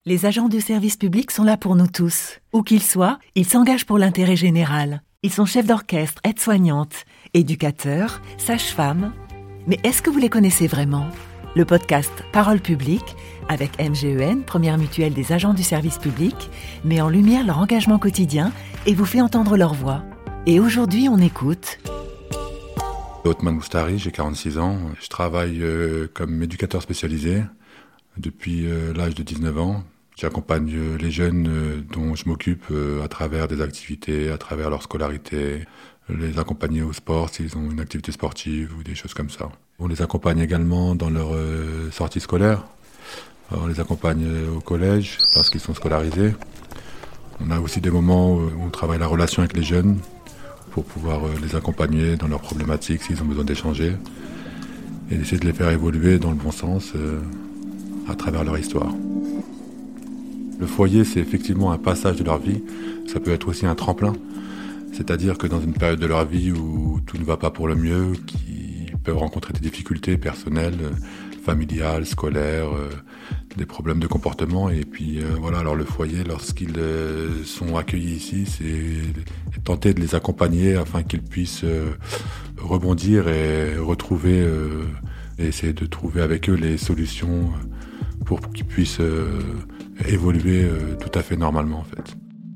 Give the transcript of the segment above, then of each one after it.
Les agents du service public sont là pour nous tous. Où qu'ils soient, ils s'engagent pour l'intérêt général. Ils sont chefs d'orchestre, aides-soignantes, éducateurs, sages-femmes. Mais est-ce que vous les connaissez vraiment ? Le podcast Parole publique, avec MGEN, première mutuelle des agents du service public, met en lumière leur engagement quotidien et vous fait entendre leur voix. Et aujourd'hui, on écoute... Othman Moustari, j'ai 46 ans. Je travaille comme éducateur spécialisé depuis l'âge de 19 ans. J'accompagne les jeunes dont je m'occupe à travers des activités, à travers leur scolarité, les accompagner au sport s'ils ont une activité sportive ou des choses comme ça. On les accompagne également dans leur sortie scolaire. On les accompagne au collège lorsqu'ils sont scolarisés. On a aussi des moments où on travaille la relation avec les jeunes pour pouvoir les accompagner dans leurs problématiques s'ils ont besoin d'échanger et d'essayer de les faire évoluer dans le bon sens à travers leur histoire. Le foyer, c'est effectivement un passage de leur vie. Ça peut être aussi un tremplin. C'est-à-dire que dans une période de leur vie où tout ne va pas pour le mieux, qu'ils peuvent rencontrer des difficultés personnelles, familiales, scolaires, des problèmes de comportement. Et puis voilà, alors le foyer, lorsqu'ils sont accueillis ici, c'est tenter de les accompagner afin qu'ils puissent rebondir et retrouver, et essayer de trouver avec eux les solutions pour qu'ils puissent évoluer tout à fait normalement en fait.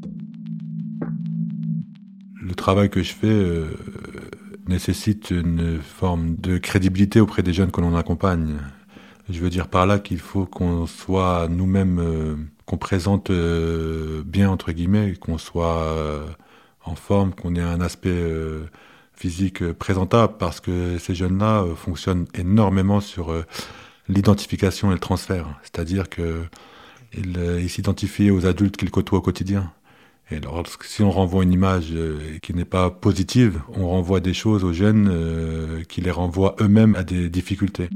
Le travail que je fais nécessite une forme de crédibilité auprès des jeunes que l'on accompagne. Je veux dire par là qu'il faut qu'on soit nous-mêmes, qu'on présente bien entre guillemets, qu'on soit en forme, qu'on ait un aspect physique présentable, parce que ces jeunes-là fonctionnent énormément sur l'identification et le transfert. C'est-à-dire qu'ils s'identifient aux adultes qu'ils côtoient au quotidien. Et alors, si on renvoie une image qui n'est pas positive, on renvoie des choses aux jeunes qui les renvoient eux-mêmes à des difficultés.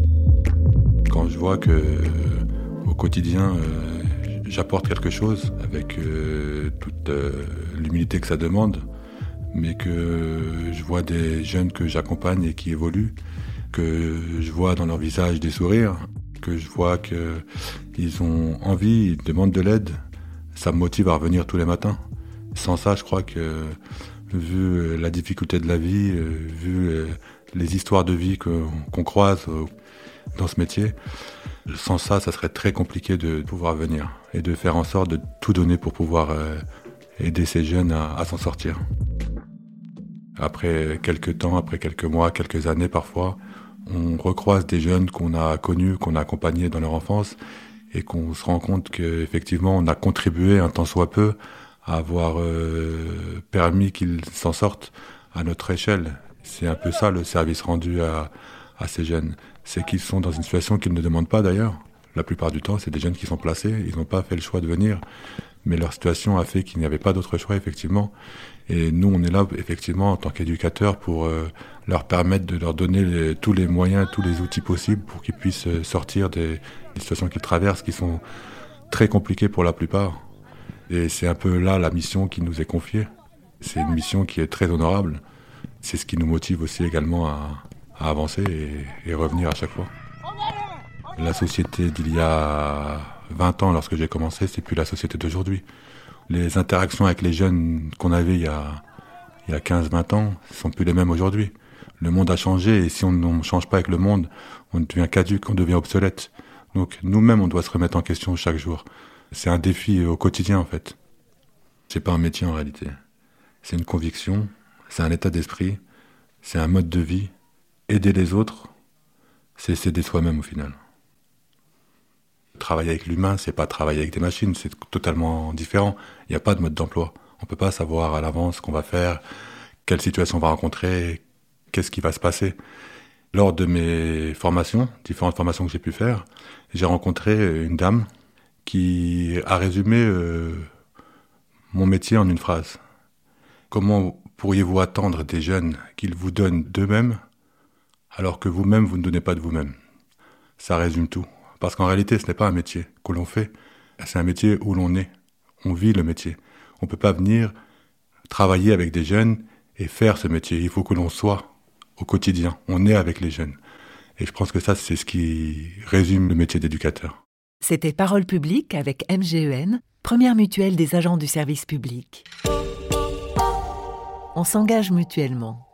Quand je vois que au quotidien, j'apporte quelque chose avec toute l'humilité que ça demande, mais que je vois des jeunes que j'accompagne et qui évoluent, que je vois dans leur visage des sourires, que je vois qu'ils ont envie, ils demandent de l'aide, ça me motive à revenir tous les matins. Sans ça, je crois que, vu la difficulté de la vie, vu les histoires de vie qu'on croise dans ce métier, sans ça, ça serait très compliqué de pouvoir venir et de faire en sorte de tout donner pour pouvoir aider ces jeunes à s'en sortir. Après quelques temps, après quelques mois, quelques années parfois, on recroise des jeunes qu'on a connus, qu'on a accompagnés dans leur enfance, et qu'on se rend compte qu'effectivement on a contribué un tant soit peu à avoir permis qu'ils s'en sortent à notre échelle. C'est un peu ça le service rendu à ces jeunes. C'est qu'ils sont dans une situation qu'ils ne demandent pas d'ailleurs. La plupart du temps, c'est des jeunes qui sont placés, ils n'ont pas fait le choix de venir, mais leur situation a fait qu'il n'y avait pas d'autre choix effectivement. Et nous, on est là effectivement en tant qu'éducateurs pour leur permettre de leur donner tous les moyens, tous les outils possibles pour qu'ils puissent sortir des situations qu'ils traversent, qui sont très compliquées pour la plupart. Et c'est un peu là la mission qui nous est confiée. C'est une mission qui est très honorable. C'est ce qui nous motive aussi également à avancer et revenir à chaque fois. La société d'il y a 20 ans, lorsque j'ai commencé, c'est plus la société d'aujourd'hui. Les interactions avec les jeunes qu'on avait il y a 15-20 ans ne sont plus les mêmes aujourd'hui. Le monde a changé et si on ne change pas avec le monde, on devient caduque, on devient obsolète. Donc nous-mêmes, on doit se remettre en question chaque jour. C'est un défi au quotidien en fait. C'est pas un métier en réalité. C'est une conviction, c'est un état d'esprit, c'est un mode de vie. Aider les autres, c'est s'aider soi-même au final. Travailler avec l'humain, c'est pas travailler avec des machines, c'est totalement différent. Il n'y a pas de mode d'emploi. On peut pas savoir à l'avance ce qu'on va faire, quelle situation on va rencontrer, qu'est-ce qui va se passer. Lors de mes formations, différentes formations que j'ai pu faire, j'ai rencontré une dame qui a résumé mon métier en une phrase. Comment pourriez-vous attendre des jeunes qu'ils vous donnent d'eux-mêmes alors que vous-même, vous ne donnez pas de vous-même ? Ça résume tout. Parce qu'en réalité, ce n'est pas un métier que l'on fait, c'est un métier où l'on est. On vit le métier. On ne peut pas venir travailler avec des jeunes et faire ce métier. Il faut que l'on soit au quotidien. On est avec les jeunes. Et je pense que ça, c'est ce qui résume le métier d'éducateur. C'était Parole publique avec MGEN, première mutuelle des agents du service public. On s'engage mutuellement.